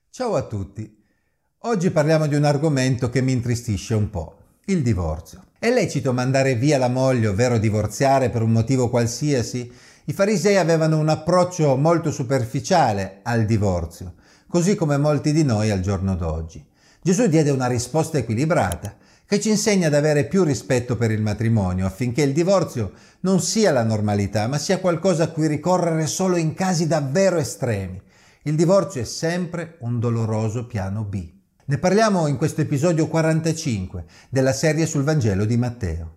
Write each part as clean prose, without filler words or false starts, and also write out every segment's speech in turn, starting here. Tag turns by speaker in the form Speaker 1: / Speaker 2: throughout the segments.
Speaker 1: Ciao a tutti. Oggi parliamo di un argomento che mi intristisce un po', il divorzio. È lecito mandare via la moglie, ovvero divorziare per un motivo qualsiasi? I farisei avevano un approccio molto superficiale al divorzio, così come molti di noi al giorno d'oggi. Gesù diede una risposta equilibrata, che ci insegna ad avere più rispetto per il matrimonio, affinché il divorzio non sia la normalità, ma sia qualcosa a cui ricorrere solo in casi davvero estremi. Il divorzio è sempre un doloroso piano B. Ne parliamo in questo episodio 45 della serie sul Vangelo di Matteo.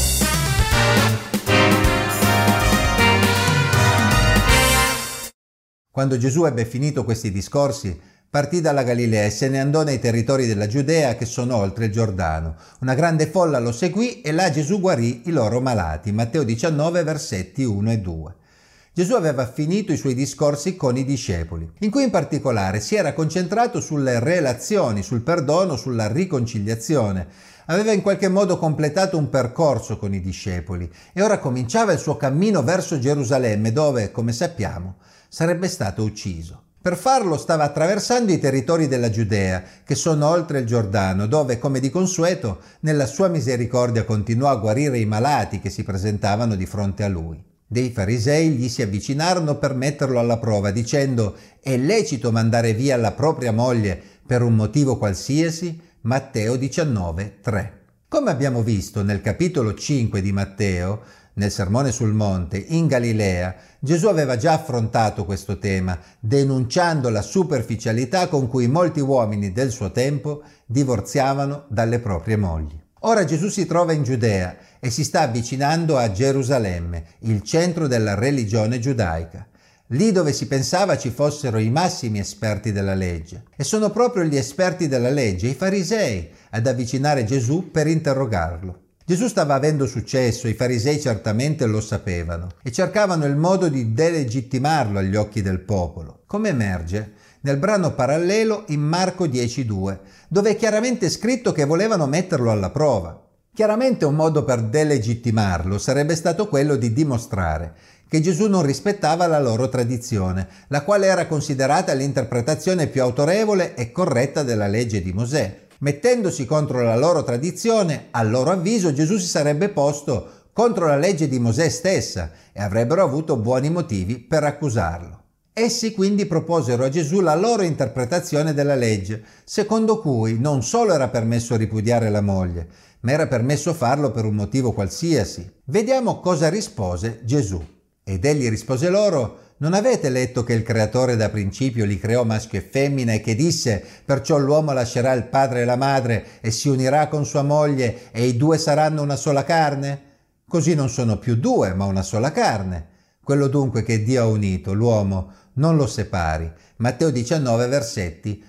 Speaker 1: Quando Gesù ebbe finito questi discorsi, partì dalla Galilea e se ne andò nei territori della Giudea che sono oltre il Giordano. Una grande folla lo seguì e là Gesù guarì i loro malati. Matteo 19, versetti 1 e 2. Gesù aveva finito i suoi discorsi con i discepoli, in cui in particolare si era concentrato sulle relazioni, sul perdono, sulla riconciliazione. Aveva in qualche modo completato un percorso con i discepoli e ora cominciava il suo cammino verso Gerusalemme, dove, come sappiamo, sarebbe stato ucciso. Per farlo stava attraversando i territori della Giudea, che sono oltre il Giordano, dove, come di consueto, nella sua misericordia continuò a guarire i malati che si presentavano di fronte a lui. Dei farisei gli si avvicinarono per metterlo alla prova, dicendo: «È lecito mandare via la propria moglie per un motivo qualsiasi?» Matteo 19, 3. Come abbiamo visto nel capitolo 5 di Matteo, nel Sermone sul Monte, in Galilea, Gesù aveva già affrontato questo tema, denunciando la superficialità con cui molti uomini del suo tempo divorziavano dalle proprie mogli. Ora Gesù si trova in Giudea e si sta avvicinando a Gerusalemme, il centro della religione giudaica, lì dove si pensava ci fossero i massimi esperti della legge. E sono proprio gli esperti della legge, i farisei, ad avvicinare Gesù per interrogarlo. Gesù stava avendo successo, i farisei certamente lo sapevano e cercavano il modo di delegittimarlo agli occhi del popolo, come emerge nel brano parallelo in Marco 10,2, dove è chiaramente scritto che volevano metterlo alla prova. Chiaramente un modo per delegittimarlo sarebbe stato quello di dimostrare che Gesù non rispettava la loro tradizione, la quale era considerata l'interpretazione più autorevole e corretta della legge di Mosè. Mettendosi contro la loro tradizione, a loro avviso Gesù si sarebbe posto contro la legge di Mosè stessa e avrebbero avuto buoni motivi per accusarlo. Essi quindi proposero a Gesù la loro interpretazione della legge, secondo cui non solo era permesso ripudiare la moglie, ma era permesso farlo per un motivo qualsiasi. Vediamo cosa rispose Gesù. Ed egli rispose loro: «Non avete letto che il Creatore da principio li creò maschio e femmina e che disse: perciò l'uomo lascerà il padre e la madre e si unirà con sua moglie e i due saranno una sola carne? Così non sono più due, ma una sola carne. Quello dunque che Dio ha unito, l'uomo non lo separi». Matteo 19, versetti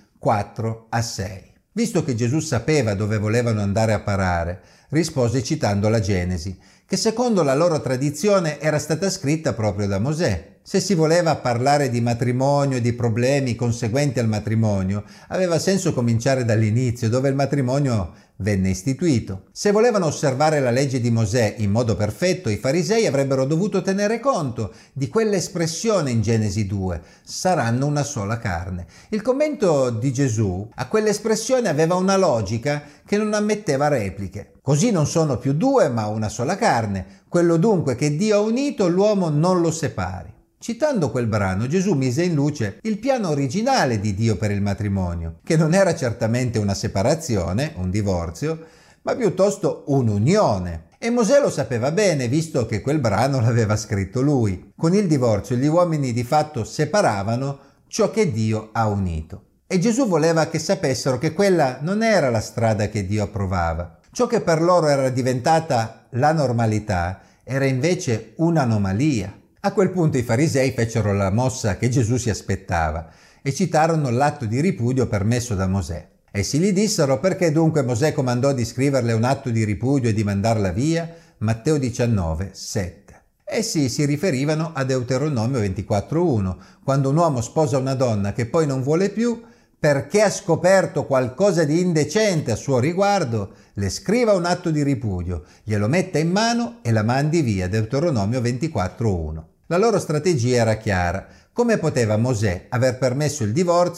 Speaker 1: 4 a 6. Visto che Gesù sapeva dove volevano andare a parare, rispose citando la Genesi, che secondo la loro tradizione era stata scritta proprio da Mosè. Se si voleva parlare di matrimonio e di problemi conseguenti al matrimonio, aveva senso cominciare dall'inizio, dove il matrimonio venne istituito. Se volevano osservare la legge di Mosè in modo perfetto, i farisei avrebbero dovuto tenere conto di quell'espressione in Genesi 2, saranno una sola carne. Il commento di Gesù a quell'espressione aveva una logica che non ammetteva repliche. Così non sono più due, ma una sola carne. Quello dunque che Dio ha unito, l'uomo non lo separi. Citando quel brano, Gesù mise in luce il piano originale di Dio per il matrimonio, che non era certamente una separazione, un divorzio, ma piuttosto un'unione. E Mosè lo sapeva bene, visto che quel brano l'aveva scritto lui. Con il divorzio gli uomini di fatto separavano ciò che Dio ha unito. E Gesù voleva che sapessero che quella non era la strada che Dio approvava. Ciò che per loro era diventata la normalità era invece un'anomalia. A quel punto i farisei fecero la mossa che Gesù si aspettava e citarono l'atto di ripudio permesso da Mosè. Essi gli dissero: «Perché dunque Mosè comandò di scriverle un atto di ripudio e di mandarla via?» Matteo 19, 7. Essi si riferivano a Deuteronomio 24,1, quando un uomo sposa una donna che poi non vuole più, perché ha scoperto qualcosa di indecente a suo riguardo, le scriva un atto di ripudio, glielo metta in mano e la mandi via. Deuteronomio 24,1. La loro strategia era chiara. Come poteva Mosè aver permesso il divorzio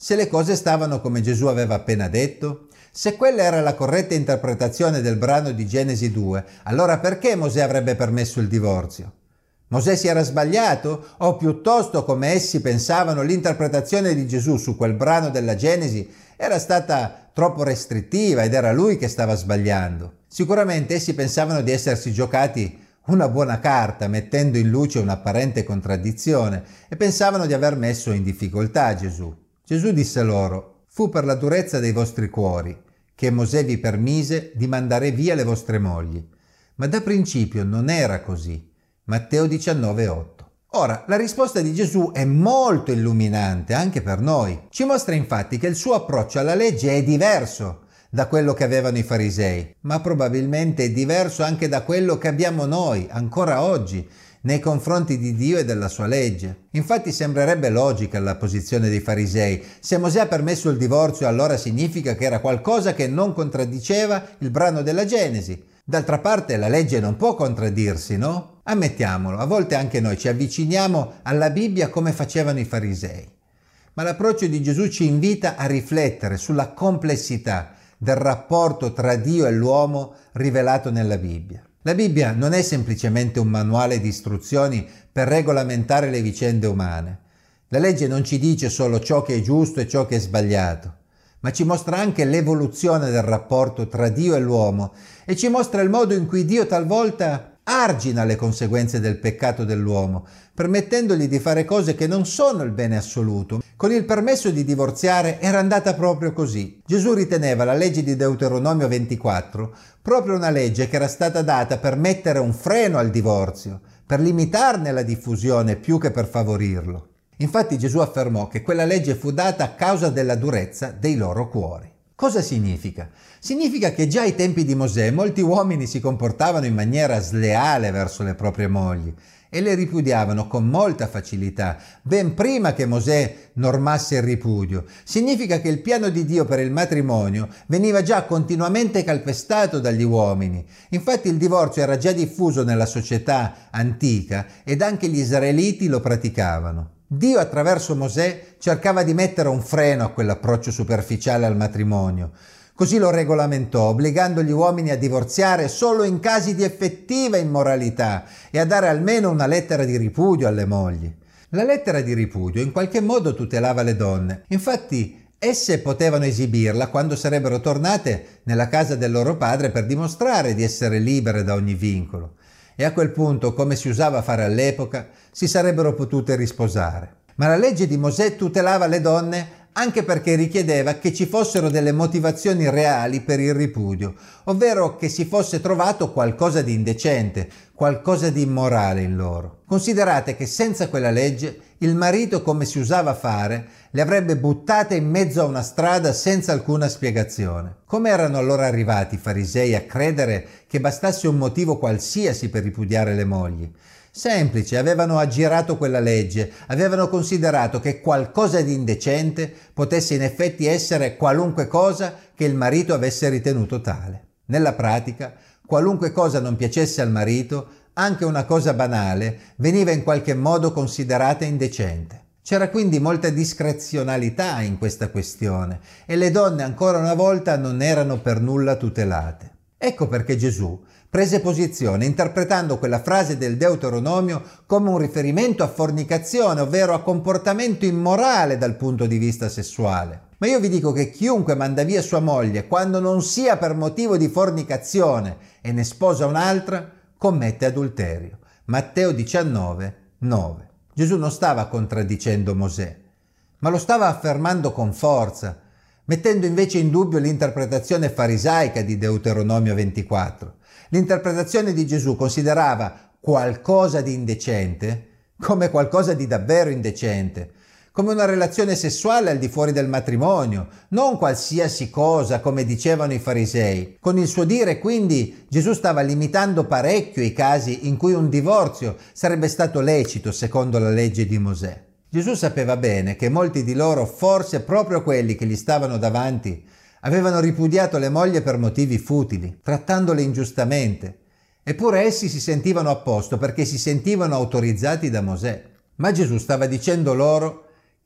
Speaker 1: se le cose stavano come Gesù aveva appena detto? Se quella era la corretta interpretazione del brano di Genesi 2, allora perché Mosè avrebbe permesso il divorzio? Mosè si era sbagliato? O piuttosto, come essi pensavano, l'interpretazione di Gesù su quel brano della Genesi era stata troppo restrittiva ed era lui che stava sbagliando? Sicuramente essi pensavano di essersi giocati una buona carta, mettendo in luce un'apparente contraddizione, e pensavano di aver messo in difficoltà Gesù. Gesù disse loro: «Fu per la durezza dei vostri cuori che Mosè vi permise di mandare via le vostre mogli. Ma da principio non era così». Matteo 19,8. Ora, la risposta di Gesù è molto illuminante anche per noi. Ci mostra infatti che il suo approccio alla legge è diverso da quello che avevano i farisei, ma probabilmente è diverso anche da quello che abbiamo noi ancora oggi nei confronti di Dio e della sua legge. Infatti sembrerebbe logica la posizione dei farisei. Se Mosè ha permesso il divorzio, allora significa che era qualcosa che non contraddiceva il brano della Genesi. D'altra parte la legge non può contraddirsi, no? Ammettiamolo, a volte anche noi ci avviciniamo alla Bibbia come facevano i farisei. Ma l'approccio di Gesù ci invita a riflettere sulla complessità del rapporto tra Dio e l'uomo rivelato nella Bibbia. La Bibbia non è semplicemente un manuale di istruzioni per regolamentare le vicende umane. La legge non ci dice solo ciò che è giusto e ciò che è sbagliato, ma ci mostra anche l'evoluzione del rapporto tra Dio e l'uomo e ci mostra il modo in cui Dio talvolta argina le conseguenze del peccato dell'uomo, permettendogli di fare cose che non sono il bene assoluto. Con il permesso di divorziare era andata proprio così. Gesù riteneva la legge di Deuteronomio 24 proprio una legge che era stata data per mettere un freno al divorzio, per limitarne la diffusione più che per favorirlo. Infatti Gesù affermò che quella legge fu data a causa della durezza dei loro cuori. Cosa significa? Significa che già ai tempi di Mosè molti uomini si comportavano in maniera sleale verso le proprie mogli e le ripudiavano con molta facilità, ben prima che Mosè normasse il ripudio. Significa che il piano di Dio per il matrimonio veniva già continuamente calpestato dagli uomini. Infatti il divorzio era già diffuso nella società antica ed anche gli israeliti lo praticavano. Dio attraverso Mosè cercava di mettere un freno a quell'approccio superficiale al matrimonio. Così lo regolamentò, obbligando gli uomini a divorziare solo in casi di effettiva immoralità e a dare almeno una lettera di ripudio alle mogli. La lettera di ripudio in qualche modo tutelava le donne. Infatti, esse potevano esibirla quando sarebbero tornate nella casa del loro padre per dimostrare di essere libere da ogni vincolo. E a quel punto, come si usava fare all'epoca, si sarebbero potute risposare. Ma la legge di Mosè tutelava le donne anche perché richiedeva che ci fossero delle motivazioni reali per il ripudio, ovvero che si fosse trovato qualcosa di indecente, qualcosa di immorale in loro. Considerate che senza quella legge il marito, come si usava fare, le avrebbe buttate in mezzo a una strada senza alcuna spiegazione. Come erano allora arrivati i farisei a credere che bastasse un motivo qualsiasi per ripudiare le mogli? Semplice, avevano aggirato quella legge, avevano considerato che qualcosa di indecente potesse in effetti essere qualunque cosa che il marito avesse ritenuto tale. Nella pratica, qualunque cosa non piacesse al marito, anche una cosa banale, veniva in qualche modo considerata indecente. C'era quindi molta discrezionalità in questa questione e le donne ancora una volta non erano per nulla tutelate. Ecco perché Gesù prese posizione interpretando quella frase del Deuteronomio come un riferimento a fornicazione, ovvero a comportamento immorale dal punto di vista sessuale. Ma io vi dico che chiunque manda via sua moglie quando non sia per motivo di fornicazione e ne sposa un'altra, commette adulterio. Matteo 19,9. Gesù non stava contraddicendo Mosè, ma lo stava affermando con forza, mettendo invece in dubbio l'interpretazione farisaica di Deuteronomio 24. L'interpretazione di Gesù considerava qualcosa di indecente come qualcosa di davvero indecente, come una relazione sessuale al di fuori del matrimonio, non qualsiasi cosa come dicevano i farisei. Con il suo dire quindi Gesù stava limitando parecchio i casi in cui un divorzio sarebbe stato lecito secondo la legge di Mosè. Gesù sapeva bene che molti di loro, forse proprio quelli che gli stavano davanti, avevano ripudiato le mogli per motivi futili, trattandole ingiustamente. Eppure essi si sentivano a posto perché si sentivano autorizzati da Mosè. Ma Gesù stava dicendo loro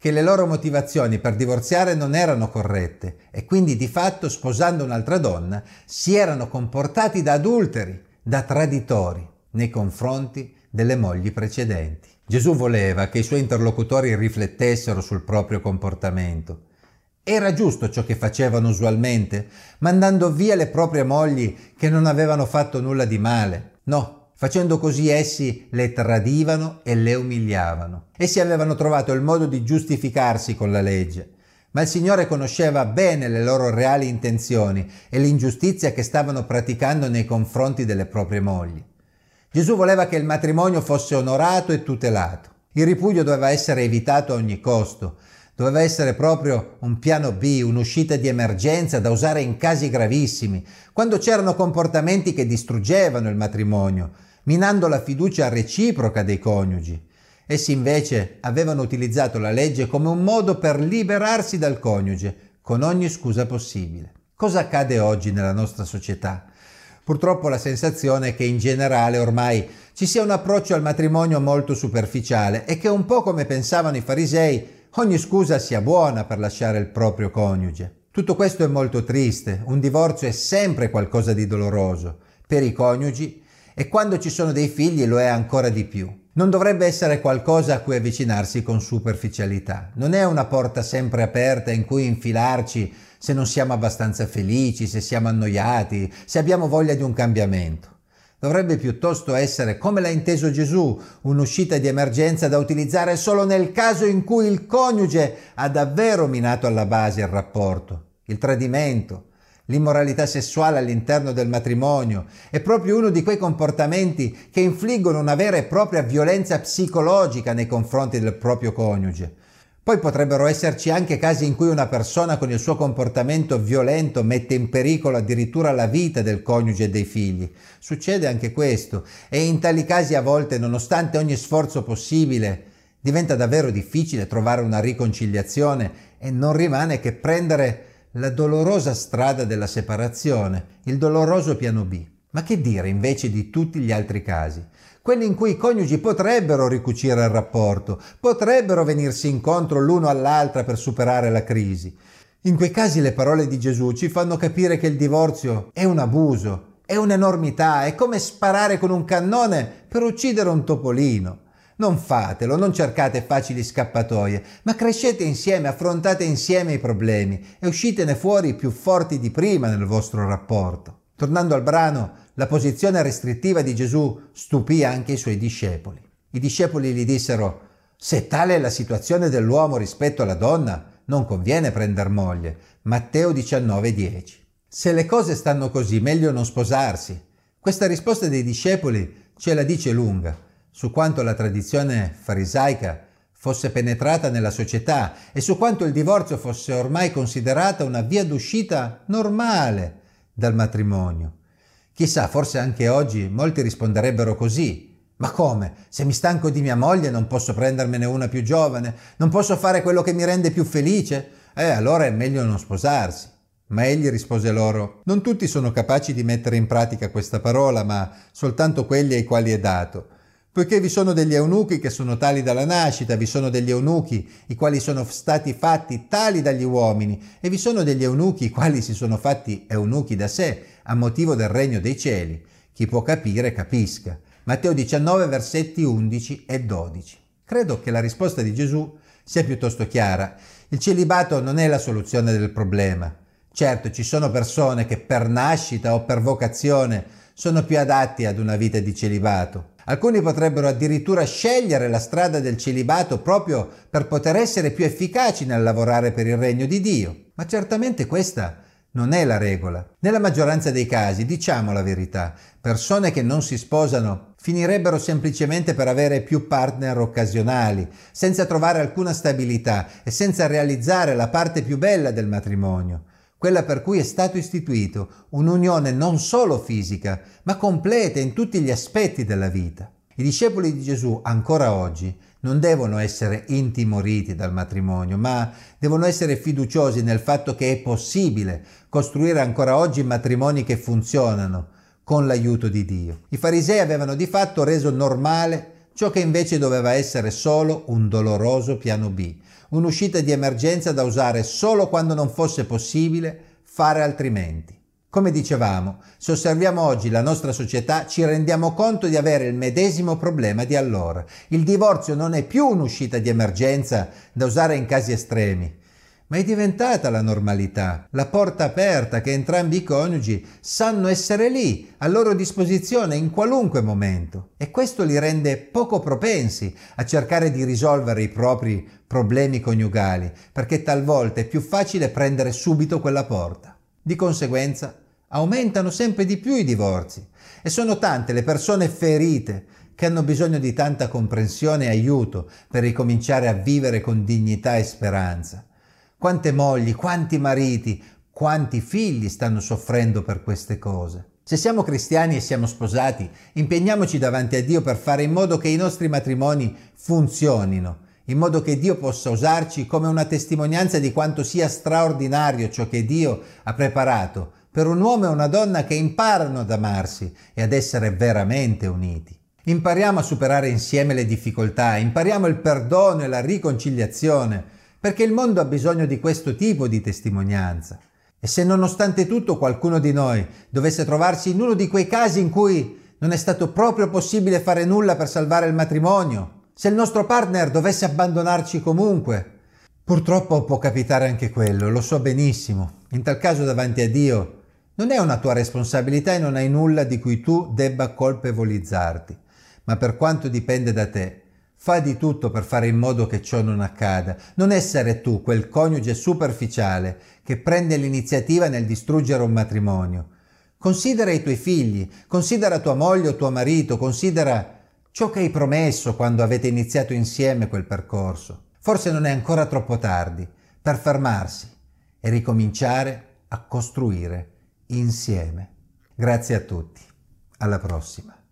Speaker 1: che le loro motivazioni per divorziare non erano corrette e quindi di fatto, sposando un'altra donna, si erano comportati da adulteri, da traditori nei confronti delle mogli precedenti. Gesù voleva che i suoi interlocutori riflettessero sul proprio comportamento. Era giusto ciò che facevano usualmente, mandando via le proprie mogli che non avevano fatto nulla di male? No, facendo così essi le tradivano e le umiliavano. Essi avevano trovato il modo di giustificarsi con la legge, ma il Signore conosceva bene le loro reali intenzioni e l'ingiustizia che stavano praticando nei confronti delle proprie mogli. Gesù voleva che il matrimonio fosse onorato e tutelato. Il ripudio doveva essere evitato a ogni costo. Doveva essere proprio un piano B, un'uscita di emergenza da usare in casi gravissimi, quando c'erano comportamenti che distruggevano il matrimonio, minando la fiducia reciproca dei coniugi. Essi invece avevano utilizzato la legge come un modo per liberarsi dal coniuge, con ogni scusa possibile. Cosa accade oggi nella nostra società? Purtroppo la sensazione è che in generale ormai ci sia un approccio al matrimonio molto superficiale e che un po' come pensavano i farisei, ogni scusa sia buona per lasciare il proprio coniuge. Tutto questo è molto triste, un divorzio è sempre qualcosa di doloroso per i coniugi e quando ci sono dei figli lo è ancora di più. Non dovrebbe essere qualcosa a cui avvicinarsi con superficialità. Non è una porta sempre aperta in cui infilarci se non siamo abbastanza felici, se siamo annoiati, se abbiamo voglia di un cambiamento. Dovrebbe piuttosto essere, come l'ha inteso Gesù, un'uscita di emergenza da utilizzare solo nel caso in cui il coniuge ha davvero minato alla base il rapporto. Il tradimento, l'immoralità sessuale all'interno del matrimonio è proprio uno di quei comportamenti che infliggono una vera e propria violenza psicologica nei confronti del proprio coniuge. Poi potrebbero esserci anche casi in cui una persona con il suo comportamento violento mette in pericolo addirittura la vita del coniuge e dei figli. Succede anche questo e in tali casi a volte, nonostante ogni sforzo possibile, diventa davvero difficile trovare una riconciliazione e non rimane che prendere la dolorosa strada della separazione, il doloroso piano B. Ma che dire invece di tutti gli altri casi? Quelli in cui i coniugi potrebbero ricucire il rapporto, potrebbero venirsi incontro l'uno all'altra per superare la crisi. In quei casi le parole di Gesù ci fanno capire che il divorzio è un abuso, è un'enormità, è come sparare con un cannone per uccidere un topolino. Non fatelo, non cercate facili scappatoie, ma crescete insieme, affrontate insieme i problemi e uscitene fuori più forti di prima nel vostro rapporto. Tornando al brano, la posizione restrittiva di Gesù stupì anche i suoi discepoli. I discepoli gli dissero: «Se tale è la situazione dell'uomo rispetto alla donna, non conviene prender moglie». Matteo 19,10. Se le cose stanno così, meglio non sposarsi. Questa risposta dei discepoli ce la dice lunga su quanto la tradizione farisaica fosse penetrata nella società e su quanto il divorzio fosse ormai considerata una via d'uscita normale dal matrimonio. Chissà, forse anche oggi molti risponderebbero così: «Ma come? Se mi stanco di mia moglie non posso prendermene una più giovane? Non posso fare quello che mi rende più felice? Allora è meglio non sposarsi». Ma egli rispose loro: «Non tutti sono capaci di mettere in pratica questa parola, ma soltanto quelli ai quali è dato. Poiché vi sono degli eunuchi che sono tali dalla nascita, vi sono degli eunuchi i quali sono stati fatti tali dagli uomini, e vi sono degli eunuchi i quali si sono fatti eunuchi da sé, a motivo del regno dei cieli. Chi può capire, capisca». Matteo 19, versetti 11 e 12. Credo che la risposta di Gesù sia piuttosto chiara. Il celibato non è la soluzione del problema. Certo, ci sono persone che per nascita o per vocazione sono più adatti ad una vita di celibato. Alcuni potrebbero addirittura scegliere la strada del celibato proprio per poter essere più efficaci nel lavorare per il regno di Dio. Ma certamente questa non è la regola. Nella maggioranza dei casi, diciamo la verità, persone che non si sposano finirebbero semplicemente per avere più partner occasionali, senza trovare alcuna stabilità e senza realizzare la parte più bella del matrimonio, quella per cui è stato istituito, un'unione non solo fisica, ma completa in tutti gli aspetti della vita. I discepoli di Gesù ancora oggi non devono essere intimoriti dal matrimonio, ma devono essere fiduciosi nel fatto che è possibile costruire ancora oggi matrimoni che funzionano con l'aiuto di Dio. I farisei avevano di fatto reso normale ciò che invece doveva essere solo un doloroso piano B, un'uscita di emergenza da usare solo quando non fosse possibile fare altrimenti. Come dicevamo, se osserviamo oggi la nostra società ci rendiamo conto di avere il medesimo problema di allora. Il divorzio non è più un'uscita di emergenza da usare in casi estremi, ma è diventata la normalità, la porta aperta che entrambi i coniugi sanno essere lì, a loro disposizione in qualunque momento. E questo li rende poco propensi a cercare di risolvere i propri problemi coniugali, perché talvolta è più facile prendere subito quella porta. Di conseguenza, aumentano sempre di più i divorzi e sono tante le persone ferite che hanno bisogno di tanta comprensione e aiuto per ricominciare a vivere con dignità e speranza. Quante mogli, quanti mariti, quanti figli stanno soffrendo per queste cose. Se siamo cristiani e siamo sposati, impegniamoci davanti a Dio per fare in modo che i nostri matrimoni funzionino, in modo che Dio possa usarci come una testimonianza di quanto sia straordinario ciò che Dio ha preparato per un uomo e una donna che imparano ad amarsi e ad essere veramente uniti. Impariamo a superare insieme le difficoltà, impariamo il perdono e la riconciliazione, perché il mondo ha bisogno di questo tipo di testimonianza. E se nonostante tutto qualcuno di noi dovesse trovarsi in uno di quei casi in cui non è stato proprio possibile fare nulla per salvare il matrimonio, se il nostro partner dovesse abbandonarci comunque, purtroppo può capitare anche quello, lo so benissimo. In tal caso davanti a Dio non è una tua responsabilità e non hai nulla di cui tu debba colpevolizzarti, ma per quanto dipende da te, fa di tutto per fare in modo che ciò non accada. Non essere tu quel coniuge superficiale che prende l'iniziativa nel distruggere un matrimonio. Considera i tuoi figli, considera tua moglie o tuo marito, considera ciò che hai promesso quando avete iniziato insieme quel percorso. Forse non è ancora troppo tardi per fermarsi e ricominciare a costruire insieme. Grazie a tutti. Alla prossima.